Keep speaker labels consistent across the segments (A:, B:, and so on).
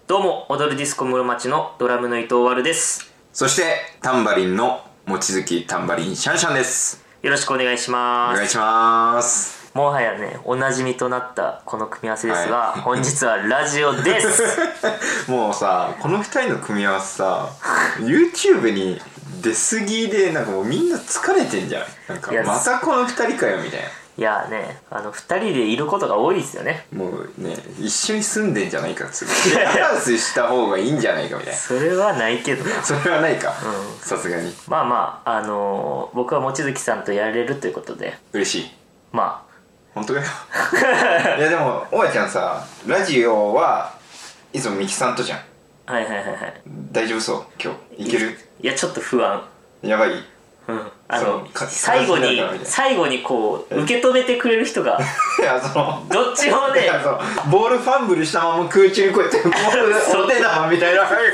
A: どうも、踊るディスコ室町のドラムの伊藤丸です。
B: そしてタンバリンの望月タンバリンシャンシャンです。
A: よろしくお願いします。
B: お願いします。
A: もはやね、おなじみとなったこの組み合わせですが、はい、本日はラジオです
B: もうさ、この2人の組み合わせさYouTube に出過ぎでなんかもうみんな疲れてんじゃない？なんかまたこの2人かよみたいな。
A: いやね、2人でいることが多いですよね。
B: もうね、一緒に住んでんじゃないかっつってハウスした方がいいんじゃないかみたいな。
A: それはないけどな。
B: それはないか、さすがに。
A: まあまあ、僕は望月さんとやれるということで
B: 嬉しい。
A: まあ
B: 本当かよいやでもおばちゃんさ、ラジオはいつもミキさんとじゃん。
A: はいはいはいはい。
B: 大丈夫そう？今日いける？
A: いやちょっと不安。
B: やばい。
A: 最後にこう受け止めてくれる人が
B: いや
A: どっちもね、
B: ボールファンブルしたまま空中にこうやってボールお手玉みたいなちょ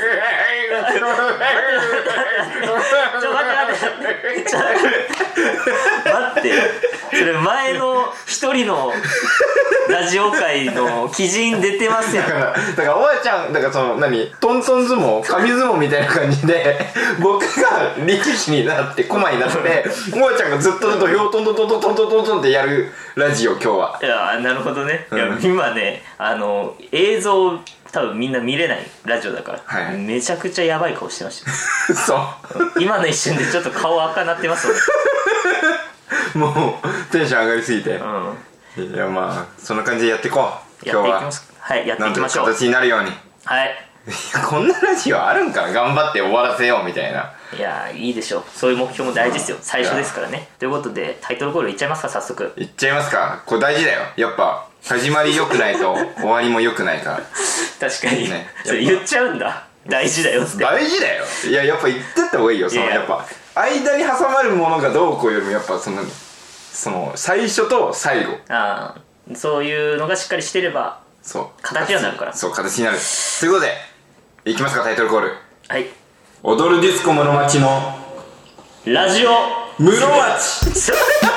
B: 待ってそれ前の一人のラジオ界の鬼人出てますやん。だからおばちゃん、だからトントン相撲、紙相撲みたいな感じで僕が力士になって駒になっておばちゃんがずっと土俵トントントントントントントントンってやるラジオ今日は。
A: いやなるほどね、いや今ね映像多分みんな見れないラジオだから、はい、めちゃくちゃやばい顔してましたそう今の一瞬でちょっと顔赤なってます
B: もうテンション上がりすぎて、いやまあそんな感じでやっていこう。今日は
A: はい、やっていきましょう。
B: なんと形になるように。
A: はい
B: こんなラジオあるんかな、頑張って終わらせようみたいな。
A: いやいいでしょう、そういう目標も大事ですよ、最初ですからね。ということでタイトルコールいっちゃいますか。早速
B: いっちゃいますか。これ大事だよ、やっぱ始まり良くないと終わりも良くないから
A: 確かにね、それ言っちゃうんだ、大事だよって
B: 大事だよ。いややっぱ言ってった方がいいよ。やっぱ間に挟まるものがどうこうよりもやっぱその最初と最後、
A: そういうのがしっかりしてれば
B: そう
A: 形になるから。
B: そう形になる。ということでいきますか、タイトルコール。
A: はい。
B: 踊るディスコ室町の
A: ラジオ
B: 室町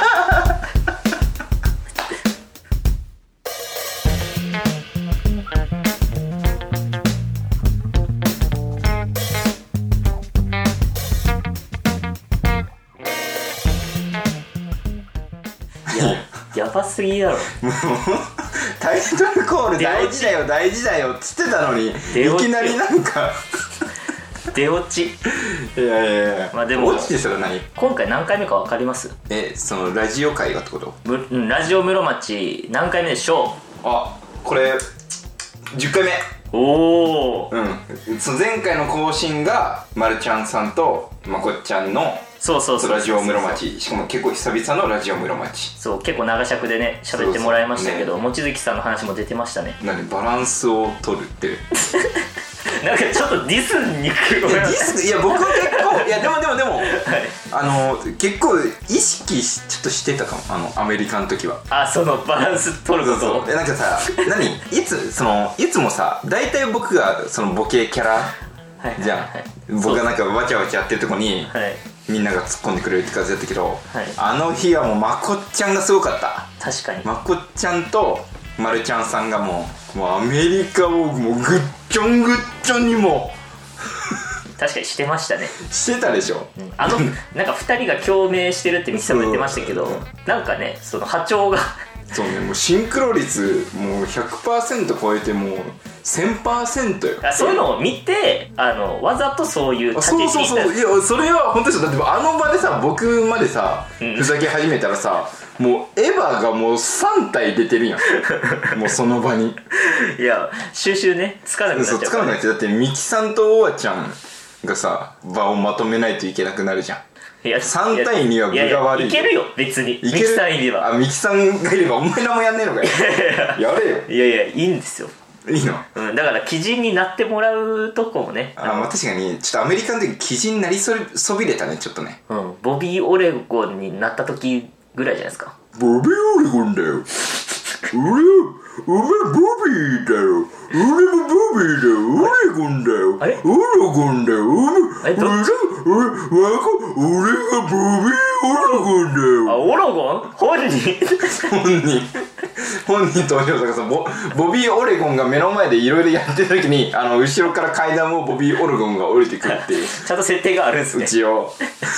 A: やばすぎだろ
B: タイトルコール大事だよ大事だよっつってたのにいきなりなんか
A: 出落ち。
B: いや
A: まあでも
B: 落ちてそれ何
A: 今回何回目か分かります？
B: そのラジオ会がってこと？
A: ラジオ室町何回目でしょ
B: う？これ10回目。
A: おお。
B: 前回の更新がまるちゃんさんとまこっちゃんの
A: そう
B: ラジオ室町、しかも結構久々のラジオ室町。
A: そう結構長尺でね喋ってもらいましたけど、望月さんの話も出てましたね。
B: バランスを取るって
A: なんかちょっとディスにくい。
B: いや僕は結構いやでも、はい、結構意識ちょっとしてたかも、アメリカの時は。
A: そのバランス取ることを。
B: なんかさいつもさ大体僕がそのボケキャラじゃん、僕がなんかわちゃわちゃやってるとこに、はい、みんなが突っ込んでくれるって感じだったけど、はい、あの日はもうまこっちゃんがすごかった。
A: 確かに
B: まこっちゃんとまるちゃんさんがもうアメリカをもうぐっちょんぐっちょんにも
A: 確かにしてましたね。
B: してたでしょ、
A: なんか2人が共鳴してるってミキさんも言ってましたけど、なんかねその波長が
B: そうね、もうシンクロ率もう 100% 超えてもう 1000% よ。
A: そういうのを見てわざとそういう立ち位置にいた。
B: そういやそれは本当ですよ。だってあの場でさ僕までさ、ふざけ始めたらさもうエヴァがもう3体出てるやんもうその場に
A: いや収集ねつかなくなっちゃうから、ね、
B: つかなくなっちゃう。だってミキさんとおばちゃんがさ場をまとめないといけなくなるじゃん。いや3対2は具が悪い。
A: いけるよ別に。ミキさんいれば。
B: ミキさんがいればお前らもやんねえのかよやれよ。
A: いやいいんですよ。
B: いいの？
A: だから鬼人になってもらうとこもね。
B: まあ確かにちょっとアメリカの時鬼人になりそびれたねちょっとね。
A: ボビー・オレゴンになった時ぐらいじゃないですか。
B: ボビー・オレゴンだよお前ボビーだよ。俺もボビーだよ。オレゴンだよ。
A: あれ
B: オレゴンだよ。俺がボビーオレゴンだよ。
A: オレゴン本人
B: 本人登場とかさ、ボビー・オレゴンが目の前でいろいろやってる時に後ろから階段をボビー・オレゴンが降りてくるっていう
A: ちゃんと設定があるんですね。
B: 一応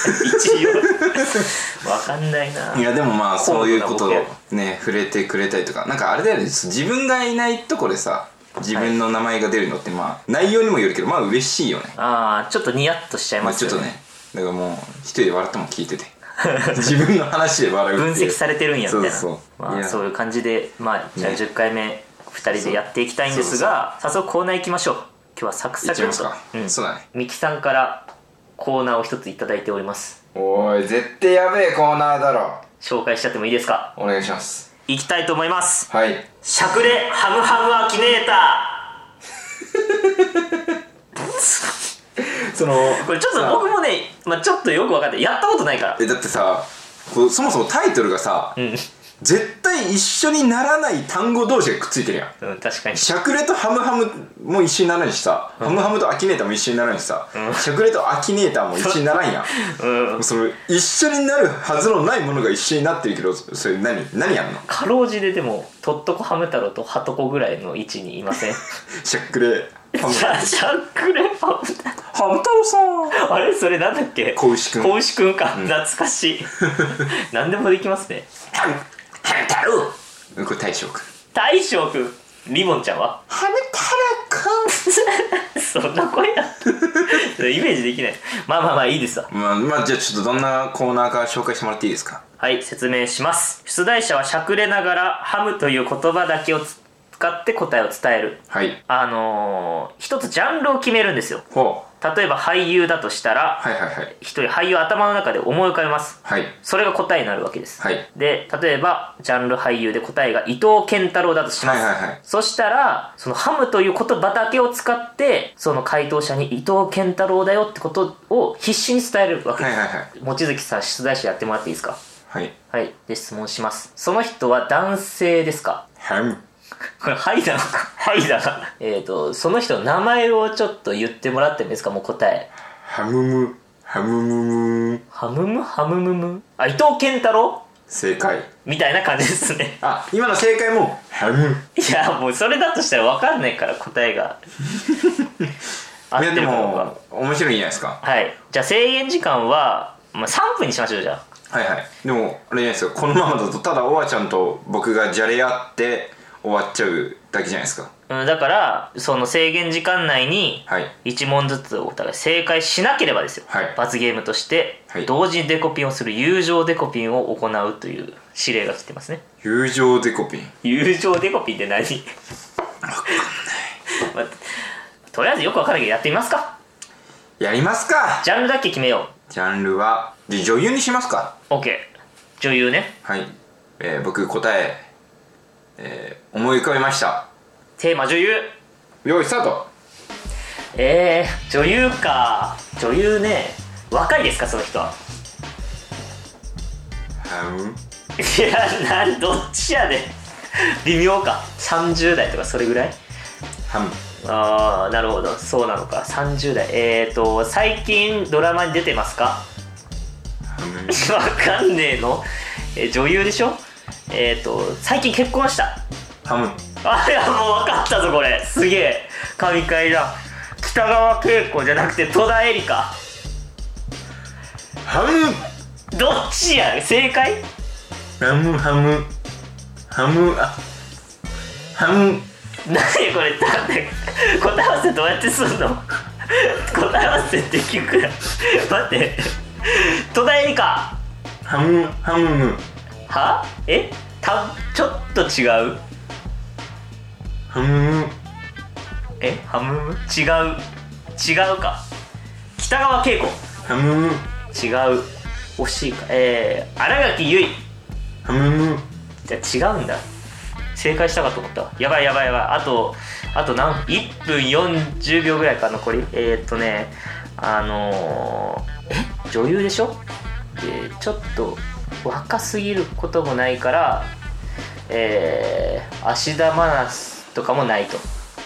A: わかんないな。
B: いやでもまあそういうことをね触れてくれたりとか、なんかあれだよね、自分がいないとこでさ自分の名前が出るのってまあ内容にもよるけどまあ嬉しいよね。
A: ああちょっとニヤッとしちゃいますよね。
B: まあちょっとね、だからもう一人で笑っても聞いてて自分の話で笑う
A: 分析されてるんやみたいな。
B: そう
A: まあそういう感じでじゃあ10回目2人でやっていきたいんですが、早速コーナー行きましょう。今日はサクサクと
B: そうだね、
A: ミキさんからコーナーを一ついただいております。
B: おい絶対やべえコーナーだろ。
A: 紹介しちゃってもいいですか？
B: お願いします。
A: いきたいと思います。
B: はい。
A: しゃくれハムハムアキネータこれちょっと僕もね、ちょっとよく分かってやったことないから。
B: だってさそもそもタイトルがさ、絶対一緒にならない単語同士がくっついてるやん。
A: 確かに。
B: しゃくれとハムハムも一緒にならんしさ、ハムハムとアキネーターも一緒にならんしさ、しゃくれとアキネーターも一緒にならんやん。その一緒になるはずのないものが一緒になってるけど、それ何やんの？
A: かろうじででもとっとこハム太郎とハトコぐらいの位置にいません？
B: しゃくれハム
A: しゃくれハム太郎
B: ハム太郎さん、
A: あれそれなんだっけ？
B: 子牛くん。
A: 子牛くんか、懐かしい何でもできますね。ハム太郎、
B: これ大将くん。
A: 大将くん。リボンちゃんは
B: ハム太郎くん
A: そんな声だイメージできない。まあいいですわ。
B: まあじゃあちょっとどんなコーナーか紹介してもらっていいですか？
A: はい、説明します。出題者はしゃくれながらハムという言葉だけを使って答えを伝える。
B: はい。
A: 一つジャンルを決めるんですよ。
B: ほう。
A: 例えば俳優だとしたら、一人俳優を頭の中で思い浮かべます。
B: はい。
A: それが答えになるわけです。
B: はい。
A: で、例えばジャンル俳優で答えが伊藤健太郎だとします。そしたらそのハムという言葉だけを使ってその回答者に伊藤健太郎だよってことを必死に伝えるわけです。望月さん出題者やってもらっていいですか？はい。はい。で質問します。その人は男性ですか？
B: ハム。
A: これはいだなはいだなその人の名前をちょっと言ってもらってもいいですか？もう答え。
B: ハムムハムムム
A: ハムムハムムム伊藤健太郎
B: 正解
A: みたいな感じですね。
B: 今の正解もハム。
A: いやもうそれだとしたら分かんないから答えが
B: いやでも面白いんじゃないですか。
A: はい。じゃあ制限時間は、3分にしましょう。じゃ
B: あでもあれじゃないですか、このままだとただおばちゃんと僕がじゃれ合って終わっちゃうだけじゃないですか。
A: だからその制限時間内に1問ずつお互い正解しなければですよ、罰ゲームとして同時にデコピンをする友情デコピンを行うという指令が来てますね。
B: 友情デコピン。
A: 友情デコピンって何？分かんないとりあえずよく分からないけどやってみますか。
B: やりますか。
A: ジャンルだけ決めよ
B: う。ジャンルは女優にしますか。
A: OK。 女優ね。
B: はい。僕答え思い浮かべました。
A: テーマ女優。
B: 用意スタート。
A: 女優か。女優ね。若いですかその人は？いやどっちやで微妙か。30代とかそれぐらい。ああなるほど、そうなのか。30代。最近ドラマに出てますか？わかんねえの。女優でしょ。最近結婚した。いやもう分かったぞこれ。すげえ神回だ。北川景子じゃなくて戸田恵梨香。どっちや正解？何これ答え合わせどうやってすんの？答え合わせって聞くやん。待って戸田恵梨香。は？ちょっと違う。ハムム違うか。北川景子。違う。惜しいか。新垣結衣。じゃあ違うんだ。正解したかと思った。やばい。あと1分40秒ぐらいか残り。女優でしょ。でちょっと若すぎることもないから芦田愛菜とかもないと。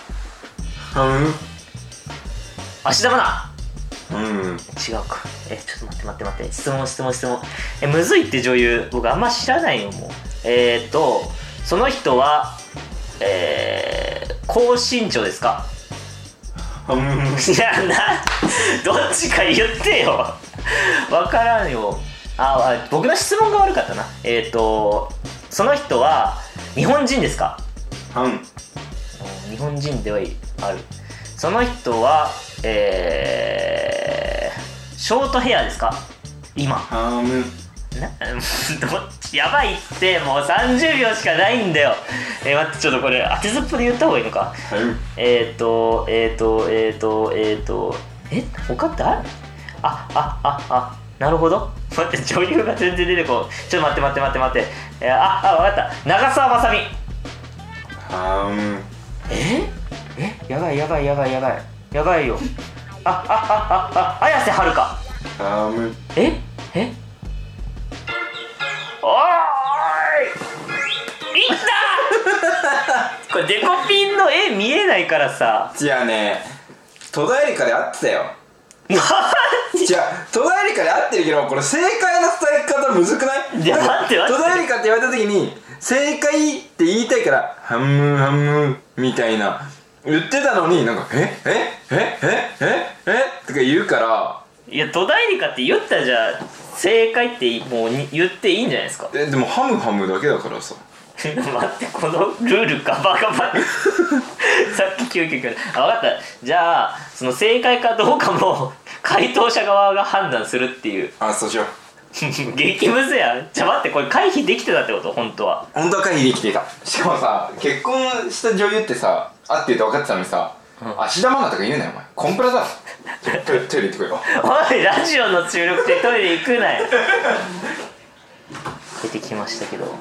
A: 芦田愛菜。違うか。ちょっと待って質問。むずいって女優僕あんま知らないよもう。 その人は高身長ですか？いやどっちか言ってよ。わからんよ。僕の質問が悪かったな。その人は日本人ですか？日本人ではある。その人はショートヘアですか？今どっちやばいって、もう30秒しかないんだよ。待って、ちょっとこれ当てずっぽで言った方がいいのか。他ってある？なるほど。待って、女優が全然出てこう。ちょっと待って。わかった。長澤まさみ。やばいよ。綾瀬はるか。おーい、いったこれデコピンの絵見えないからさ。
B: じゃあね、戸田恵梨香で合ってたよ。じゃあ戸田恵梨香で合ってるけど、これ正解の伝え方むずくない？
A: いや待って。
B: 戸田恵梨香って言われた時に正解って言いたいからハムみたいな言ってたのに、なんかとか言うから。
A: いや、戸田恵梨香って言ったじゃ正解ってもう言っていいんじゃないですか。
B: でもハムだけだからさ。
A: 待って、このルールガバガバさっき999分かった。じゃあその正解かどうかも回答者側が判断するっていう。
B: そうしよう。
A: 激ムズやん。じゃあ待って、これ回避できてたってこと？本当は
B: 回避できてた。しかもさ、結婚した女優ってさ、会ってると分かってたのにさ、芦田愛菜とか言うなよお前。コンプラだろ。トイレ行ってこいよ。
A: おい、ラジオの収録でトイレ行くなよ。出てきましたけど、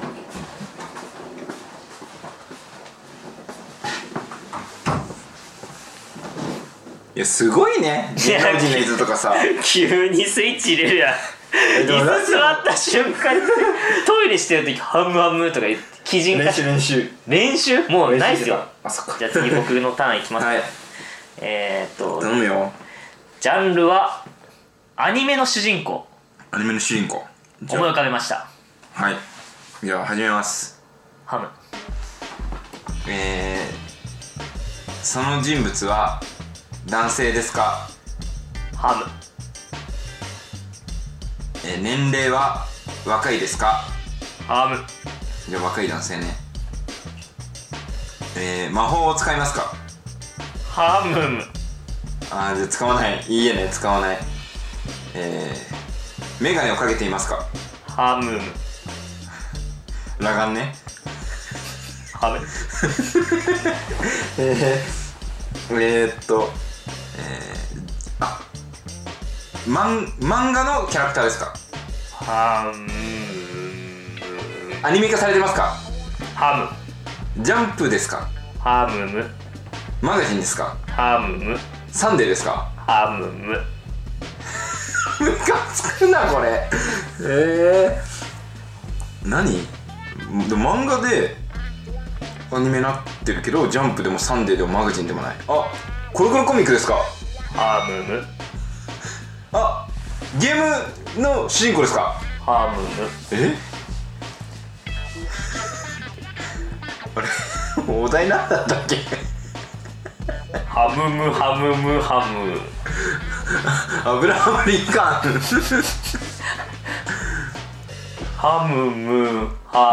B: いやすごいね、芸能人の椅子とかさ。
A: 急にスイッチ入れるやん。椅子座った瞬間にトイレしてる時ハムとか言って基準化練習もうないっすよ。
B: そっか。
A: じゃあ次僕のターンいきます。
B: はい。頼むよ。
A: ジャンルはアニメの主人公。
B: 思い
A: 浮かべました。
B: はい。じゃあ始めます。
A: ハム。
B: その人物は男性ですか？
A: ハム。
B: 年齢は若いですか？
A: ハム。
B: じゃあ若い男性ね。魔法を使いますか？
A: ハム。
B: じゃあ使わない。いいえね、使わない。メガネをかけていますか？
A: ハム。
B: 裸眼ね。
A: ハム。
B: 漫画のキャラクターですか？
A: ハム。
B: アニメ化されてますか？
A: ハ
B: ム。ジャンプですか？
A: ハム。
B: マガジンですか？
A: ハム。
B: サンデーですか？
A: ハム。
B: ムカつくなこれ。何？でも漫画でアニメになってるけど、ジャンプでもサンデーでもマガジンでもない。コロコロコミックですか？
A: ハム。
B: ゲームの主人公ですか？
A: ハム。
B: あれお題何だったっけ？
A: ハム。
B: アブラハム・リンカーン。
A: ハム。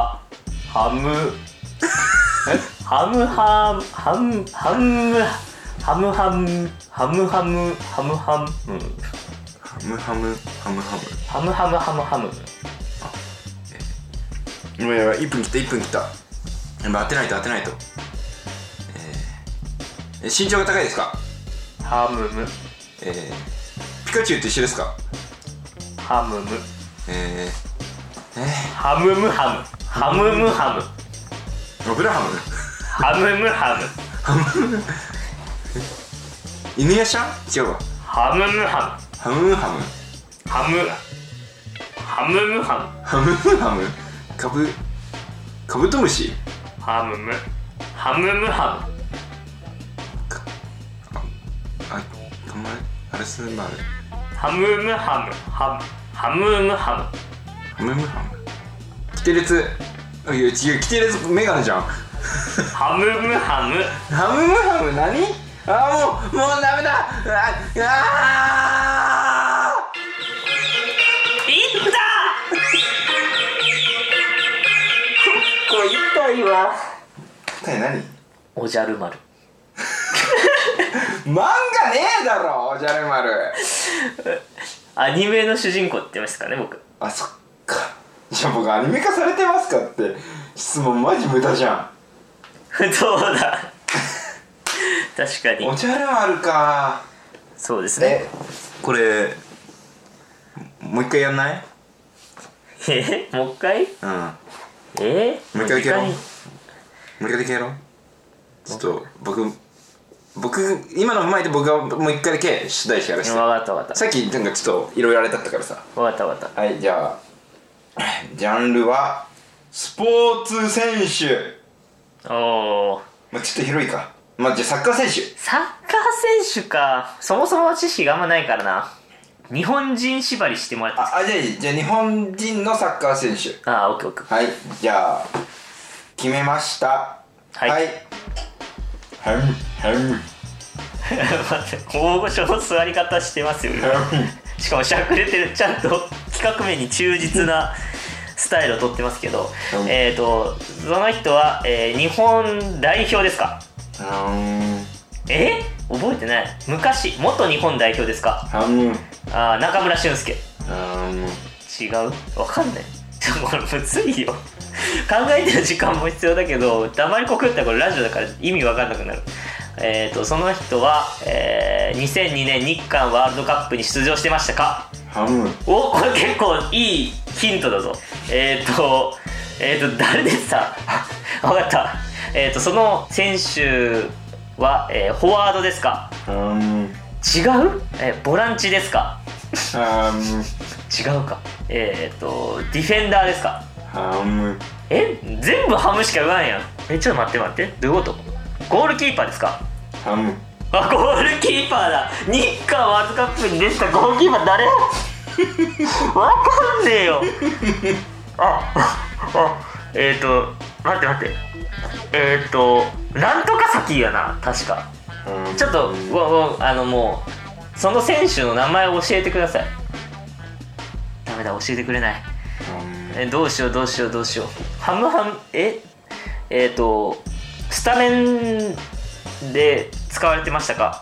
B: やばい、1分切った。当てないと。身長が高いですか？
A: ハム。
B: ピカチュウと一緒ですか？
A: ハム。
B: アブラハム。犬やしゃん？違うわ。
A: ハム。
B: カブトムシ。
A: ハム。
B: あれすんのあれ。
A: ハム。
B: キテレツいや違う、着てるやつメガネじゃん。
A: ハムムハム。
B: ハムムハム何？もうダメだ。
A: いったこれ痛いわ。
B: 何？
A: おじゃる丸。
B: 漫画ねえだろ、おじゃる丸。
A: アニメの主人公って言いましたかね、僕。
B: あ、そっか。じゃあ僕アニメ化されてますかって質問マジ無駄じゃん。
A: どうだ確かに
B: おじゃる丸か。
A: そうですね。
B: これもう一回やんない？
A: もう一回？
B: もう一回だけやろう。もう一回だけやろう。ちょっと僕今の前で僕がもう一回だけ主題詞やらせて。
A: 分かった分かった。
B: さっきなんかちょっといろいろあれだったからさ。
A: 分かった分かった。
B: はい、じゃあジャンルはスポーツ選手。
A: おー、
B: まあ、ちょっと広いか。まあ、じゃあサッカー選手。
A: サッカー選手か。そもそも知識があんまないからな。日本人縛りしてもらっていいですか？
B: じゃあ日本人のサッカー選手。
A: あ、オッケーオッケー。
B: はい、じゃあ決めました。
A: はい、
B: はい。
A: 待って、大御所の座り方してますよ。しかもしゃくれてる。ちゃんと企画面に忠実なスタイルをとってますけど、その人は、日本代表ですか？覚えてない。昔元日本代表ですか？中村俊輔。違う？わかんない。これむずいよ。考えてる時間も必要だけど、黙りこくったらこれラジオだから意味わかんなくなる。その人は、2002年日韓ワールドカップに出場してましたか？お、これ結構いいヒントだぞ。誰でした分かった。その選手は、フォワードですか？違う？ボランチですか？違うか。ディフェンダーですか？全部ハムしか言わんやん。ちょっと待ってどういうこと？ゴールキーパーですか？あ、ゴールキーパーだ。日韓ワールドカップに出てたゴールキーパー誰？わかんねえよ。待ってなんとか先やな、確か。ちょっともうその選手の名前を教えてください。ダメだ、教えてくれない。どうしよう。ハムスタメンで使われてましたか？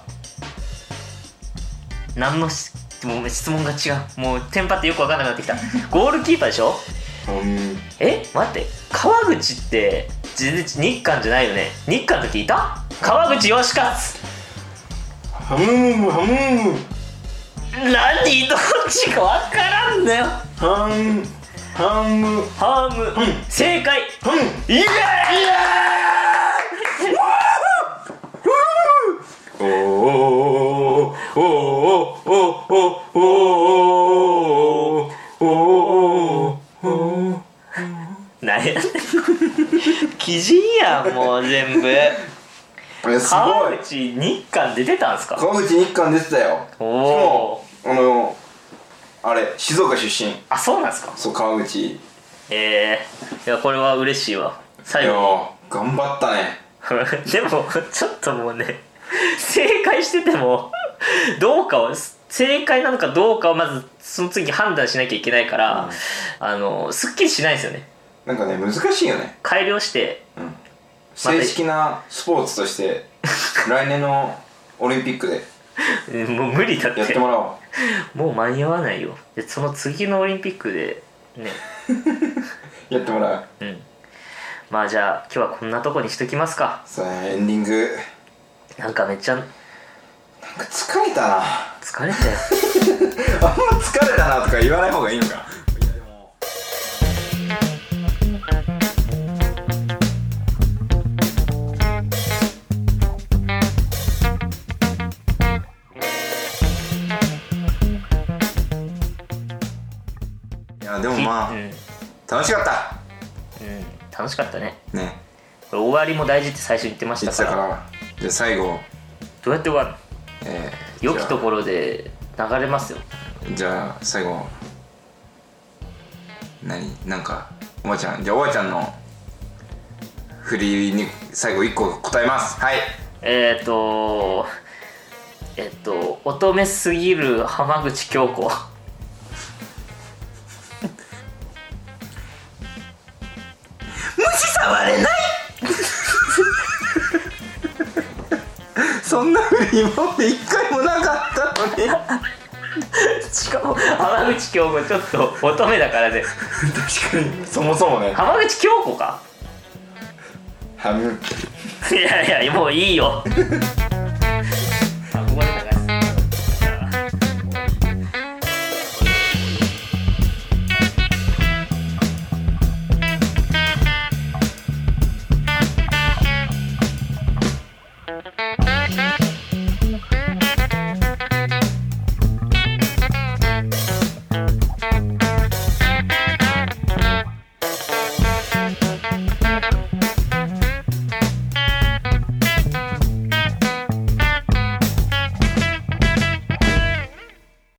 A: もう質問が違う。もうテンパってよく分かんなくなってきた。ゴールキーパーでしょ？待って、川口って全然日韓じゃないよね。日韓の時いた？川口義勝。何どっちか分からんだよ。正解。イエーイ。何やねん。鬼人やん、もう全部。川口日韓出てたんすか？
B: 川口日韓出てたよ。しかもあれ静岡出身。
A: あ、そうなんすか？
B: そう、川口。
A: いや、これは嬉しいわ。最後
B: 頑張ったね。
A: でもちょっともうね、正解しててもどうかを、正解なのかどうかをまずその次判断しなきゃいけないから、すっきりしないんですよね。
B: なんかね、難しいよね。
A: 改良して、
B: 正式なスポーツとして来年のオリンピックで
A: もう無理だって。
B: やってもらお
A: う。もう間に合わないよ。でその次のオリンピックでね
B: やってもらう。
A: まあじゃあ今日はこんなとこにしときますか。
B: さあ、エンディング。
A: なんかめっちゃ
B: なんか疲れたな。
A: 疲れたよ。
B: あんま疲れたなとか言わない方がいいのか。でもまあ、楽しかった。
A: 楽しかったね。これ終わりも大事って最初に言ってましたから。
B: じゃあ最後
A: どうやって終わる？良きところで流れますよ。
B: じゃあ最後なんかおばちゃん、じゃあおばちゃんの振りに最後1個答えます。はい。
A: 乙女すぎる浜口京子。
B: 虫触れないそんな振り今まで1回もなかったのに
A: しかも浜口京子ちょっと乙女だからね。
B: 確かにそもそもね。
A: 浜口京子か。いやいやもういいよ